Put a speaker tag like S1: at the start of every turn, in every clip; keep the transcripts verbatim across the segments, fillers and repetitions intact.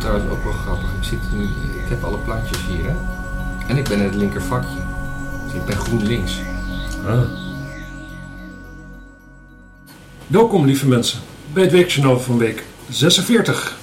S1: trouwens ook wel grappig. Ik, zit nu, ik heb alle plantjes hier, hè. En ik ben in het linkervakje. Dus ik ben GroenLinks.
S2: Ah. Welkom, lieve mensen, bij het weekjournaal van week zesenveertig.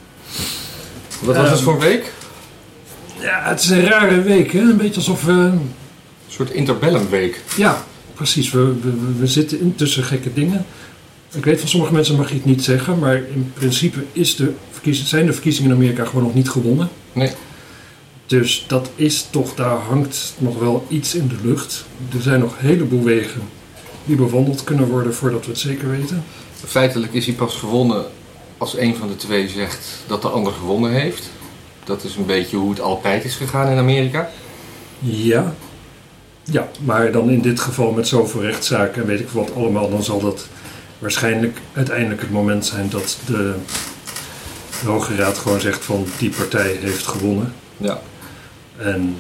S1: Wat was um, het voor een week?
S2: Ja, het is een rare week, hè? Een beetje alsof we...
S1: Een soort interbellumweek.
S2: Ja, precies. We, we, we zitten in tussen gekke dingen. Ik weet, van sommige mensen mag je het niet zeggen, maar in principe is de verkiezing, zijn de verkiezingen in Amerika gewoon nog niet gewonnen.
S1: Nee.
S2: Dus dat is toch, daar hangt nog wel iets in de lucht. Er zijn nog een heleboel wegen die bewandeld kunnen worden voordat we het zeker weten.
S1: Feitelijk is hij pas gewonnen als een van de twee zegt dat de ander gewonnen heeft. Dat is een beetje hoe het altijd is gegaan in Amerika.
S2: Ja, ja, maar dan in dit geval met zoveel rechtszaken en weet ik wat allemaal, dan zal dat waarschijnlijk uiteindelijk het moment zijn dat de, de Hoge Raad gewoon zegt van die partij heeft gewonnen.
S1: Ja.
S2: En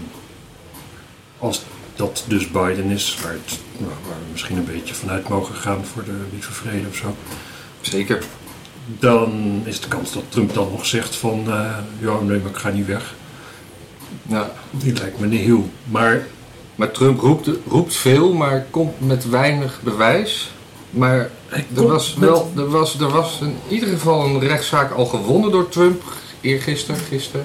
S2: als dat dus Biden is, waar, het, nou, waar we misschien een beetje vanuit mogen gaan voor de lieve vrede of zo.
S1: Zeker.
S2: Dan is de kans dat Trump dan nog zegt van, uh, ja nee, maar ik ga niet weg.
S1: Ja.
S2: Die lijkt me niet heel. Maar,
S1: maar Trump roept, roept veel, maar komt met weinig bewijs. Maar er was, wel, er, was, er was in ieder geval een rechtszaak al gewonnen door Trump, eergisteren, gisteren.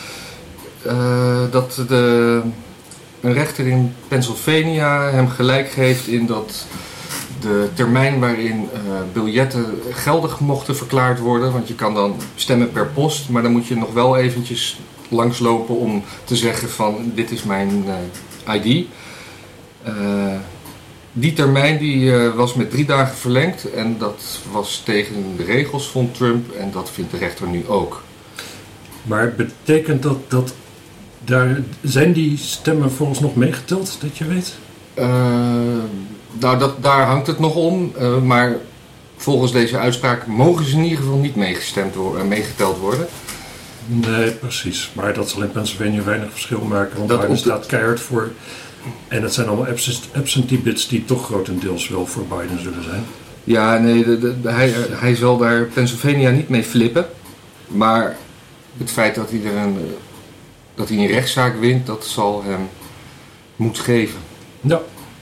S1: Uh, dat de, een rechter in Pennsylvania hem gelijk geeft in dat de termijn waarin uh, biljetten geldig mochten verklaard worden. Want je kan dan stemmen per post, maar dan moet je nog wel eventjes langslopen om te zeggen van dit is mijn uh, I D. Uh, die termijn die, uh, was met drie dagen verlengd en dat was tegen de regels van Trump en dat vindt de rechter nu ook.
S2: Maar betekent dat dat daar zijn die stemmen volgens nog meegeteld, dat je weet?
S1: Uh, nou, dat, daar hangt het nog om. Uh, maar volgens deze uitspraak mogen ze in ieder geval niet meegestemd worden, uh, meegeteld worden.
S2: Nee, precies. Maar dat zal in Pennsylvania weinig verschil maken, want daar staat keihard voor. En het zijn allemaal absentee bits die toch grotendeels wel voor Biden zullen zijn.
S1: Ja, nee, de, de, de, hij, hij zal daar Pennsylvania niet mee flippen. Maar het feit dat hij er een... dat hij een rechtszaak wint, dat zal hem moed geven.
S2: Ja.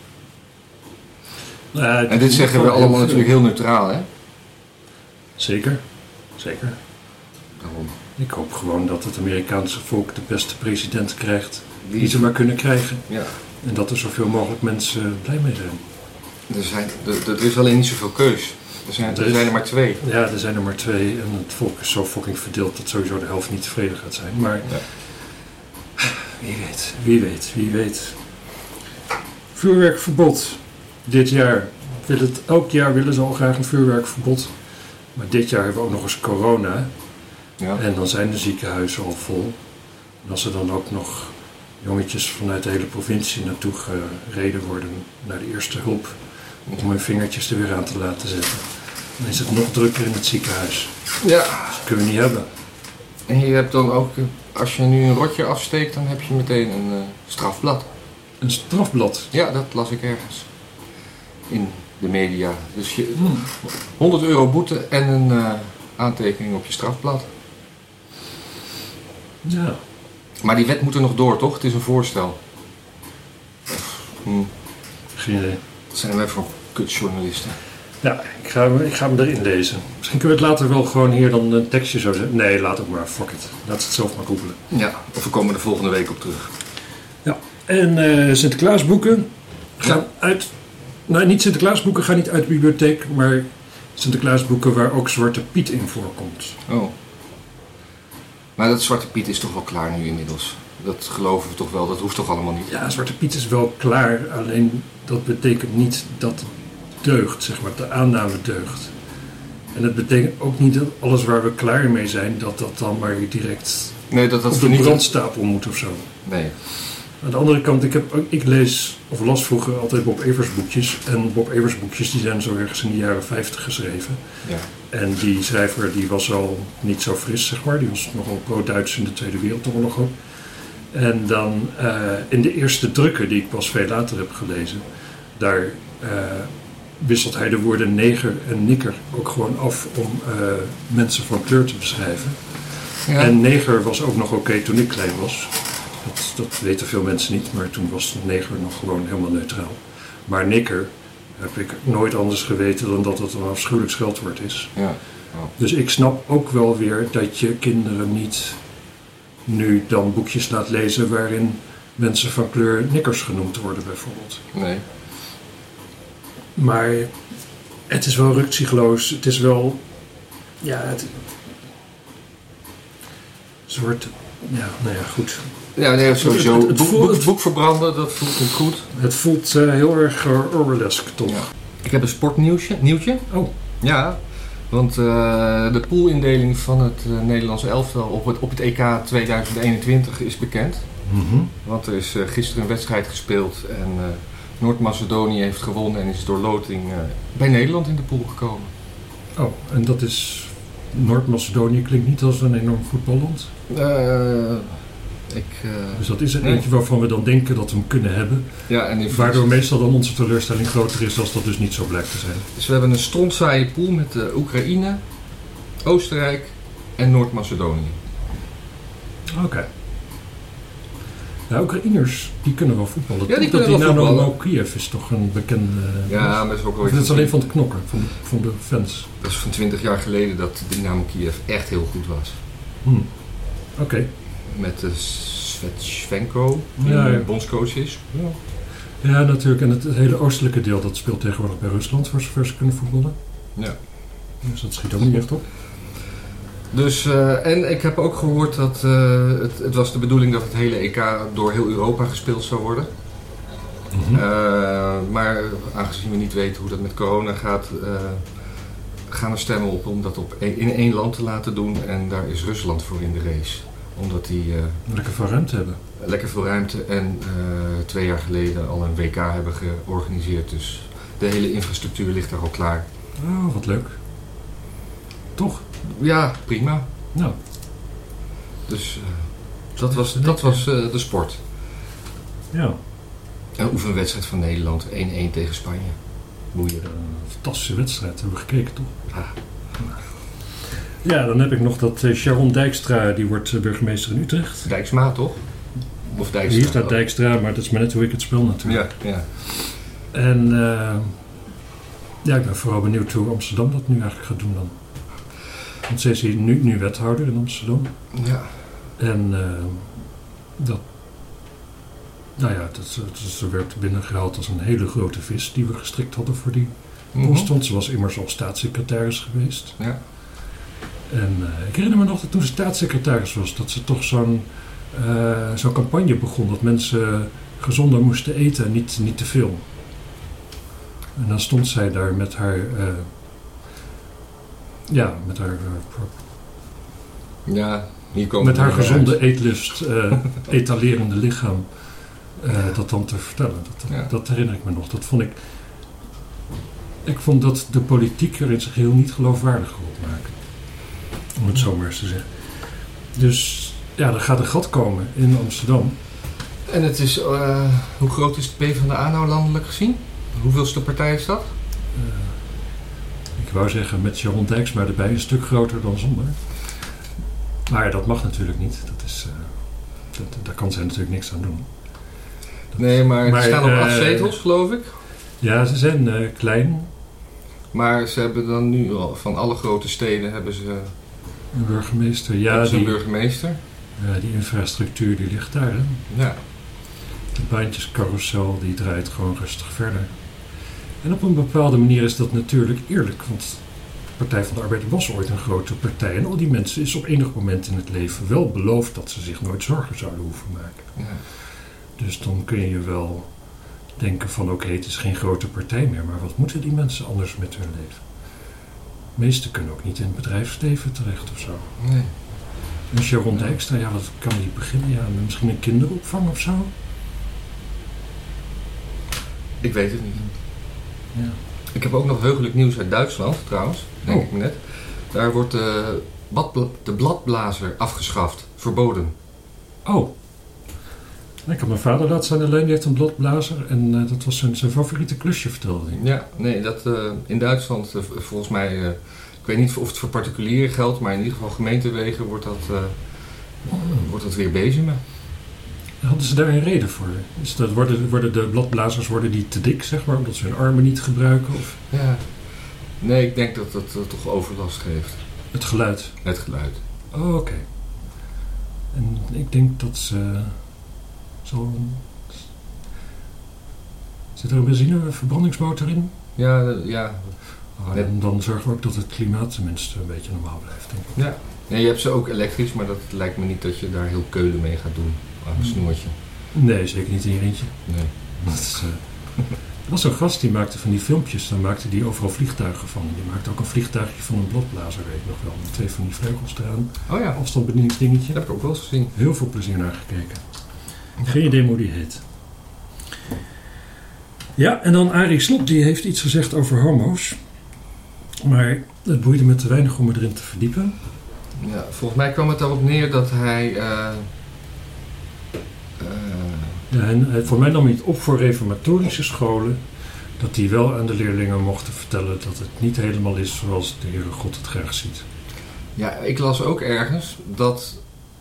S2: Uh,
S1: en dit zeggen we allemaal natuurlijk heel neutraal, hè?
S2: Zeker. Zeker.
S1: Daarom.
S2: Ik hoop gewoon dat het Amerikaanse volk de beste president krijgt die, die ze maar kunnen krijgen.
S1: Ja.
S2: En dat er zoveel mogelijk mensen blij mee zijn.
S1: Er, zijn, er, er is alleen niet zoveel keus. Er zijn er, er, zijn er maar twee.
S2: Ja, er zijn er maar twee. En het volk is zo fucking verdeeld dat sowieso de helft niet tevreden gaat zijn. Maar... Ja. Wie weet, wie weet, wie weet. Vuurwerkverbod. Dit jaar. Wil het, elk jaar willen ze al graag een vuurwerkverbod. Maar dit jaar hebben we ook nog eens corona. Ja. En dan zijn de ziekenhuizen al vol. En als er dan ook nog jongetjes vanuit de hele provincie naartoe gereden worden naar de eerste hulp. Om hun vingertjes er weer aan te laten zetten. Dan is het nog drukker in het ziekenhuis.
S1: Ja.
S2: Dus dat kunnen we niet hebben.
S1: En je hebt dan ook, als je nu een rotje afsteekt, dan heb je meteen een uh, strafblad.
S2: Een strafblad?
S1: Ja, dat las ik ergens. In de media. Dus je, hmm. honderd euro boete en een uh, aantekening op je strafblad.
S2: Ja.
S1: Maar die wet moet er nog door, toch? Het is een voorstel. Hmm.
S2: Geen idee.
S1: Dat zijn wij voor kutjournalisten.
S2: Ja, ik ga, ik ga hem erin lezen. Misschien kunnen we het later wel gewoon hier dan een tekstje zo zetten. Nee, laat ook maar. Fuck it. Laat het zelf maar googelen.
S1: Ja, of we komen er volgende week op terug.
S2: Ja, en uh, Sinterklaasboeken gaan ja. uit... Nou, niet Sinterklaasboeken gaan niet uit de bibliotheek, maar Sinterklaasboeken waar ook Zwarte Piet in voorkomt.
S1: Oh. Maar dat Zwarte Piet is toch wel klaar nu inmiddels? Dat geloven we toch wel, dat hoeft toch allemaal niet?
S2: Ja, Zwarte Piet is wel klaar, alleen dat betekent niet dat deugt, zeg maar, de aanname deugt. En dat betekent ook niet dat alles waar we klaar mee zijn, dat dat dan maar direct
S1: nee, dat dat
S2: op de niet brandstapel moet of zo.
S1: Nee.
S2: Aan de andere kant, ik, heb, ik lees of las vroeger altijd Bob Evers boekjes. En Bob Evers boekjes die zijn zo ergens in de jaren vijftig geschreven.
S1: Ja.
S2: En die schrijver die was al niet zo fris, zeg maar. Die was nogal pro-Duits in de Tweede Wereldoorlog ook. En dan uh, in de eerste drukken die ik pas veel later heb gelezen, daar uh, wisselt hij de woorden neger en nikker ook gewoon af om uh, mensen van kleur te beschrijven. Ja. En neger was ook nog oké okay toen ik klein was. Dat, dat weten veel mensen niet, maar toen was neger nog gewoon helemaal neutraal. Maar nikker heb ik nooit anders geweten dan dat het een afschuwelijk scheldwoord is.
S1: Ja. Oh.
S2: Dus ik snap ook wel weer dat je kinderen niet nu dan boekjes laat lezen waarin mensen van kleur nikkers genoemd worden bijvoorbeeld.
S1: Nee.
S2: Maar het is wel ruksigloos. Het is wel... Ja, het... Een soort... Ja, nou ja, goed.
S1: Ja, nee, sowieso. Het, het, het boek, boek, boek verbranden, dat voelt niet goed.
S2: Het voelt uh, heel erg uh, Orwellesk, toch? Ja.
S1: Ik heb een sportnieuwtje. Nieuwtje.
S2: Oh.
S1: Ja, want uh, de poolindeling van het uh, Nederlandse elftal op het, op het E K tweeduizend eenentwintig is bekend.
S2: Mm-hmm.
S1: Want er is uh, gisteren een wedstrijd gespeeld en uh, Noord-Macedonië heeft gewonnen en is door loting uh, bij Nederland in de pool gekomen.
S2: Oh, en dat is... Noord-Macedonië klinkt niet als een enorm voetballand.
S1: Uh, ik, uh,
S2: dus dat is er
S1: nee.
S2: eentje waarvan we dan denken dat we hem kunnen hebben.
S1: Ja, en
S2: waardoor meestal dan onze teleurstelling groter is als dat dus niet zo blijkt te zijn.
S1: Dus we hebben een strontzaaie pool met uh, Oekraïne, Oostenrijk en Noord-Macedonië.
S2: Oké. Okay. Ja, Oekraïners, die kunnen wel voetballen.
S1: Ja, die
S2: dat
S1: kunnen wel voetballen.
S2: Dynamo Kiev is toch een bekende...
S1: Ja, maar dat is ook wel
S2: iets... Dat is alleen van de knokken, van de, van de fans.
S1: Dat is van twintig jaar geleden dat Dynamo Kiev echt heel goed was.
S2: Hmm. Oké. Okay.
S1: Met de Svetchenko, die
S2: ja, ja.
S1: bondscoach is.
S2: Ja. ja, natuurlijk. En het, het hele oostelijke deel, dat speelt tegenwoordig bij Rusland, voor zover ze kunnen voetballen.
S1: Ja.
S2: Dus dat schiet ook niet echt op.
S1: Dus, uh, en ik heb ook gehoord dat uh, het, het was de bedoeling dat het hele E K door heel Europa gespeeld zou worden.
S2: Mm-hmm.
S1: Uh, maar aangezien we niet weten hoe dat met corona gaat, uh, gaan we stemmen op om dat op een, in één land te laten doen. En daar is Rusland voor in de race. Omdat die uh,
S2: lekker veel ruimte hebben.
S1: Lekker veel ruimte en uh, twee jaar geleden al een W K hebben georganiseerd. Dus de hele infrastructuur ligt daar al klaar.
S2: Oh, wat leuk. Toch?
S1: Ja, prima.
S2: Nou.
S1: Dus uh, dat was, dat was uh, de sport.
S2: Ja.
S1: Een oefenwedstrijd van Nederland, één-één tegen Spanje. Boeien.
S2: Een fantastische wedstrijd, hebben we gekeken toch?
S1: Ja.
S2: Ja, dan heb ik nog dat uh, Sharon Dijkstra, die wordt uh, burgemeester in Utrecht.
S1: Dijksma toch? Of Dijkstra?
S2: Hier staat Dijkstra, maar dat is maar net hoe ik het spel natuurlijk.
S1: Ja, ja.
S2: En uh, ja, ik ben vooral benieuwd hoe Amsterdam dat nu eigenlijk gaat doen dan. Want ze is hier nu, nu wethouder in Amsterdam.
S1: Ja.
S2: En uh, dat, nou ja, dat, dat, ze werd binnengehaald als een hele grote vis die we gestrikt hadden voor die post. Mm-hmm. Want ze was immers al staatssecretaris geweest.
S1: Ja.
S2: En uh, ik herinner me nog dat toen ze staatssecretaris was, dat ze toch zo'n, uh, zo'n campagne begon dat mensen gezonder moesten eten en niet, niet te veel. En dan stond zij daar met haar... Uh, Ja, met haar, uh,
S1: ja, hier komen
S2: met haar gezonde uit. eetlust, uh, etalerende lichaam, uh, dat dan te vertellen. Dat,
S1: ja.
S2: dat herinner ik me nog. Dat vond ik. Ik vond dat de politiek er in zijn geheel niet geloofwaardig kon maken. Om het zo maar eens te zeggen. Dus ja, er gaat een gat komen in Amsterdam.
S1: En het is, uh, hoe groot is de PvdA nou landelijk gezien? Hoeveelste partij is dat?
S2: Uh, Ik wou zeggen met Sharon Dijksma erbij een stuk groter dan zonder. Maar dat mag natuurlijk niet. Dat is, uh, dat, daar kan zij natuurlijk niks aan doen. Dat,
S1: nee, maar, maar ze staan op
S2: uh,
S1: acht zetels, geloof ik.
S2: Ja, ze zijn uh, klein.
S1: Maar ze hebben dan nu al, van alle grote steden hebben ze...
S2: Een burgemeester. Ja,
S1: hebben ze
S2: die,
S1: een burgemeester.
S2: Ja, die infrastructuur die ligt daar. Hè?
S1: Ja.
S2: De baantjescarousel die draait gewoon rustig verder. En op een bepaalde manier is dat natuurlijk eerlijk, want de Partij van de Arbeid was ooit een grote partij. En al die mensen is op enig moment in het leven wel beloofd dat ze zich nooit zorgen zouden hoeven maken.
S1: Ja.
S2: Dus dan kun je wel denken van oké, okay, het is geen grote partij meer, maar wat moeten die mensen anders met hun leven? De meesten kunnen ook niet in het bedrijfsleven terecht of zo.
S1: Nee.
S2: En Sharon Dijkstra, ja, wat kan die beginnen? Ja, misschien een kinderopvang of zo?
S1: Ik weet het niet.
S2: Ja.
S1: Ik heb ook nog heugelijk nieuws uit Duitsland, trouwens, denk
S2: oh.
S1: ik me net. Daar wordt de, badbla- de bladblazer afgeschaft, verboden.
S2: Oh. Ik had mijn vader laatst aan de lijn, die heeft een bladblazer en uh, dat was zijn, zijn favoriete klusje, vertelde hij.
S1: Ja, nee, dat uh, in Duitsland, uh, volgens mij uh, Ik weet niet of het voor particulieren geldt, maar in ieder geval gemeentewegen wordt dat, uh, oh. wordt dat weer bezemen.
S2: Hadden ze daar een reden voor? Is dat, worden, worden de bladblazers worden die te dik, zeg maar, omdat ze hun armen niet gebruiken? Of?
S1: Ja. Nee, ik denk dat dat uh, toch overlast geeft.
S2: Het geluid?
S1: Het geluid.
S2: Oh, oké. Okay. En ik denk dat ze... Zo, zit er een benzineverbrandingsmotor in?
S1: Ja, uh, ja.
S2: Oh, en dan zorgen we ook dat het klimaat tenminste een beetje normaal blijft, denk ik.
S1: Ja. Nee, je hebt ze ook elektrisch, maar dat lijkt me niet dat je daar heel keulen mee gaat doen. Aan een snoertje.
S2: Nee, zeker niet in je eentje.
S1: Nee.
S2: Dat is, uh, er was zo'n gast die maakte van die filmpjes, dan maakte die overal vliegtuigen van. Die maakte ook een vliegtuigje van een bladblazer, weet ik nog wel. Met twee van die vleugels eraan.
S1: Oh ja.
S2: Afstandsbedieningsdingetje.
S1: Dat heb ik ook wel eens gezien.
S2: Heel veel plezier naar gekeken. Geen idee hoe die heet. Ja, en dan Arie Slob, die heeft iets gezegd over homo's. Maar het boeide me te weinig om me erin te verdiepen.
S1: Ja, volgens mij kwam het erop neer dat hij... Uh, uh...
S2: Ja, en hij, voor mij nam hij het op voor reformatorische scholen... dat die wel aan de leerlingen mochten vertellen dat het niet helemaal is zoals de Heere God het graag ziet.
S1: Ja, ik las ook ergens dat...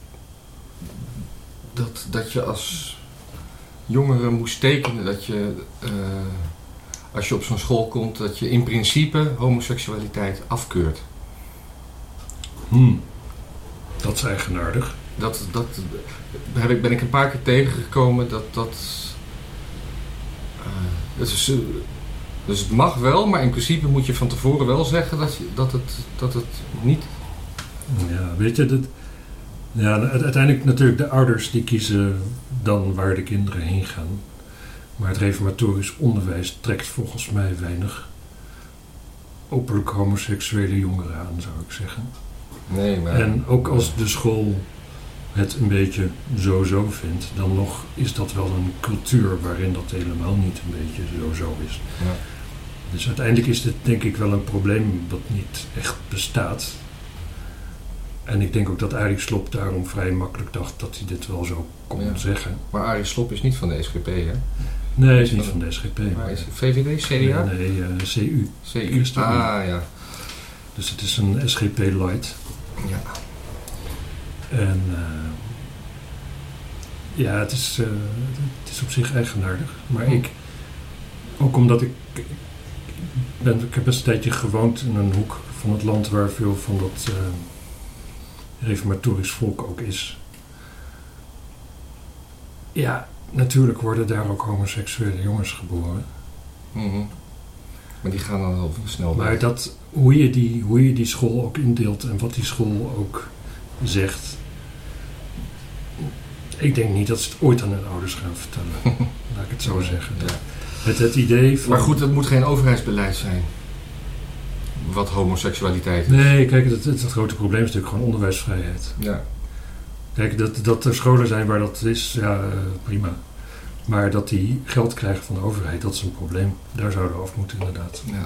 S1: dat, dat je als jongere moest tekenen dat je... Uh, als je op zo'n school komt, dat je in principe homoseksualiteit afkeurt.
S2: Hmm. Dat is eigenaardig.
S1: Dat, dat heb ik, ben ik een paar keer tegengekomen dat dat... Uh, dat is, uh, dus het mag wel, maar in principe moet je van tevoren wel zeggen dat, je, dat, het, dat het niet...
S2: Ja, weet je, dat, ja, uiteindelijk natuurlijk de ouders die kiezen dan waar de kinderen heen gaan. Maar het reformatorisch onderwijs trekt volgens mij weinig openlijk homoseksuele jongeren aan, zou ik zeggen.
S1: Nee, maar...
S2: En ook als de school het een beetje zo-zo vindt, dan nog is dat wel een cultuur waarin dat helemaal niet een beetje zo-zo is.
S1: Ja.
S2: Dus uiteindelijk is dit denk ik wel een probleem dat niet echt bestaat. En ik denk ook dat Arie Slob daarom vrij makkelijk dacht dat hij dit wel zo kon ja. zeggen.
S1: Maar Arie Slob is niet van de S G P, hè?
S2: Nee, hij is niet van de S G P.
S1: Maar, maar is het V V D, C D A?
S2: Nee, nee uh, C U.
S1: C U, ah ja.
S2: Dus het is een S G P light.
S1: Ja.
S2: En uh, ja, het is, uh, het is op zich eigenaardig. Maar hm. ik, ook omdat ik, ik, ben, ik heb best een tijdje gewoond in een hoek van het land waar veel van dat uh, reformatorisch volk ook is. Ja, natuurlijk worden daar ook homoseksuele jongens geboren.
S1: Mm-hmm. Maar die gaan dan heel snel weg.
S2: Maar dat, hoe, je die, hoe je die school ook indeelt en wat die school ook zegt... Ik denk niet dat ze het ooit aan hun ouders gaan vertellen. Laat ik het zo zeggen.
S1: Ja.
S2: Het, het idee van...
S1: Maar goed, het moet geen overheidsbeleid zijn. Wat homoseksualiteit is.
S2: Nee, kijk, het, het, het grote probleem is natuurlijk gewoon onderwijsvrijheid.
S1: Ja.
S2: Kijk, dat, dat er scholen zijn waar dat is, ja, uh, prima. Maar dat die geld krijgen van de overheid, dat is een probleem. Daar zouden we af moeten, inderdaad.
S1: Ja.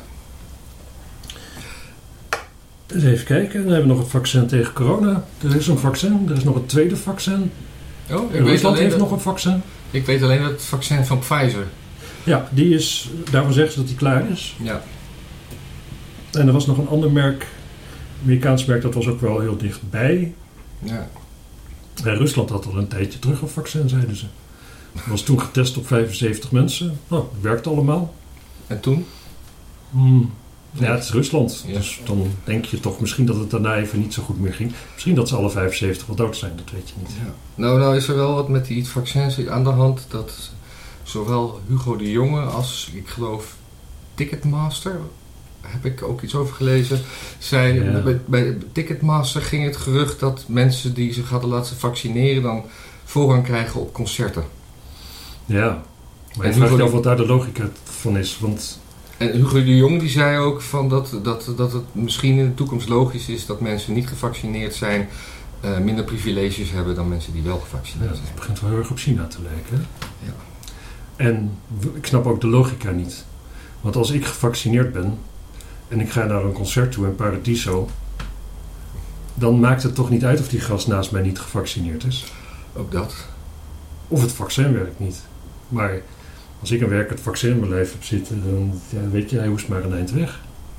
S2: Dus even kijken, dan hebben we nog het vaccin tegen corona. Er is een vaccin, er is nog een tweede vaccin.
S1: Oh, ik
S2: Rusland heeft
S1: dat,
S2: nog een vaccin.
S1: Ik weet alleen dat het vaccin van Pfizer.
S2: Ja, die is, daarvan zeggen ze dat die klaar is.
S1: Ja.
S2: En er was nog een ander merk, Amerikaans merk, dat was ook wel heel dichtbij.
S1: Ja.
S2: En Rusland had al een tijdje terug een vaccin, zeiden ze. Dat was toen getest op vijfenzeventig mensen. Nou, het werkte allemaal.
S1: En toen?
S2: Hmm. Ja, het is Rusland.
S1: Ja.
S2: Dus dan denk je toch misschien dat het daarna even niet zo goed meer ging. Misschien dat ze alle vijfenzeventig wel dood zijn, dat weet je niet.
S1: Ja. Nou, nou is er wel wat met die vaccins aan de hand. Dat zowel Hugo de Jonge als, ik geloof, Ticketmaster... heb ik ook iets over gelezen. Zei, ja. bij, bij Ticketmaster ging het gerucht dat mensen die zich hadden laten vaccineren dan voorrang krijgen op concerten.
S2: Ja, maar ik vraag je af wat daar de logica van is. Want...
S1: En Hugo de Jong die zei ook van dat, dat, dat het misschien in de toekomst logisch is dat mensen niet gevaccineerd zijn uh, minder privileges hebben dan mensen die wel gevaccineerd
S2: ja,
S1: zijn.
S2: Het begint wel heel erg op China te lijken.
S1: Ja.
S2: En ik snap ook de logica niet. Want als ik gevaccineerd ben en ik ga naar een concert toe in Paradiso, dan maakt het toch niet uit of die gast naast mij niet gevaccineerd is.
S1: Ook dat.
S2: Of het vaccin werkt niet. Maar als ik een werkend vaccin in mijn lijf heb zitten, dan ja, weet je, hij hoest maar een eind weg.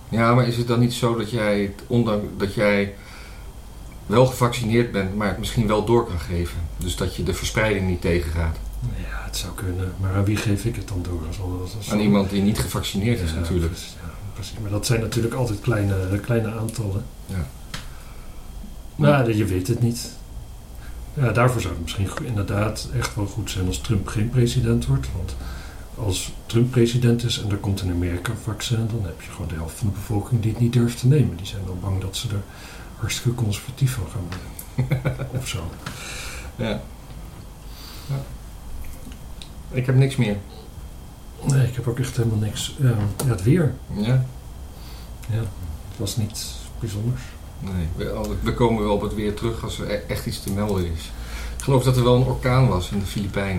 S1: Ja, maar is het dan niet zo dat jij, ondanks dat jij wel gevaccineerd bent, maar het misschien wel door kan geven? Dus dat je de verspreiding niet tegengaat?
S2: Ja, het zou kunnen. Maar aan wie geef ik het dan door? Als, als, als
S1: aan iemand die niet gevaccineerd is,
S2: ja,
S1: natuurlijk.
S2: Precies, ja, precies. Maar dat zijn natuurlijk altijd kleine, kleine aantallen.
S1: Ja.
S2: Nou, je weet het niet. Ja, daarvoor zou het misschien inderdaad echt wel goed zijn als Trump geen president wordt. Want als Trump president is en er komt in Amerika een vaccin, dan heb je gewoon de helft van de bevolking die het niet durft te nemen. Die zijn dan bang dat ze er hartstikke conservatief van gaan worden. Of zo.
S1: Ja. Ja. Ik heb niks meer.
S2: Nee, ik heb ook echt helemaal niks. Ja, ja, het weer.
S1: Ja.
S2: Ja, het was niet bijzonders.
S1: Nee, we, we komen wel op het weer terug als er echt iets te melden is. Ik geloof dat er wel een orkaan was in de Filipijnen.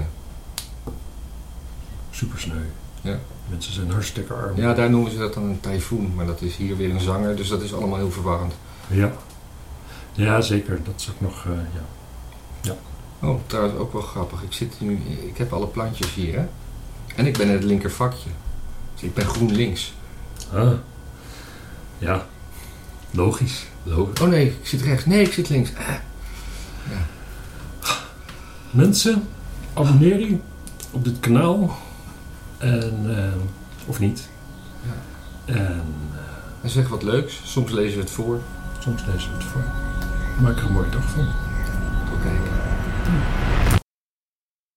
S2: Supersneu.
S1: Ja.
S2: Mensen zijn hartstikke arm.
S1: Ja, daar noemen ze dat dan een tyfoon, maar dat is hier weer een zanger, dus dat is allemaal heel verwarrend.
S2: Ja, ja zeker. Dat is ook nog, uh, ja. ja.
S1: Oh, trouwens ook wel grappig. Ik, zit nu, ik heb alle plantjes hier, hè. En ik ben in het linkervakje. Dus ik ben GroenLinks.
S2: Ah. Ja. Logisch.
S1: Logisch. Oh nee, ik zit rechts. Nee, ik zit links. Ah. Ja.
S2: Mensen, abonneer je op dit kanaal. En, uh, of niet.
S1: Ja.
S2: En, uh,
S1: en zeg wat leuks. Soms lezen we het voor.
S2: Soms lezen we het voor. Maak er een mooie dag van.
S1: Tot kijken.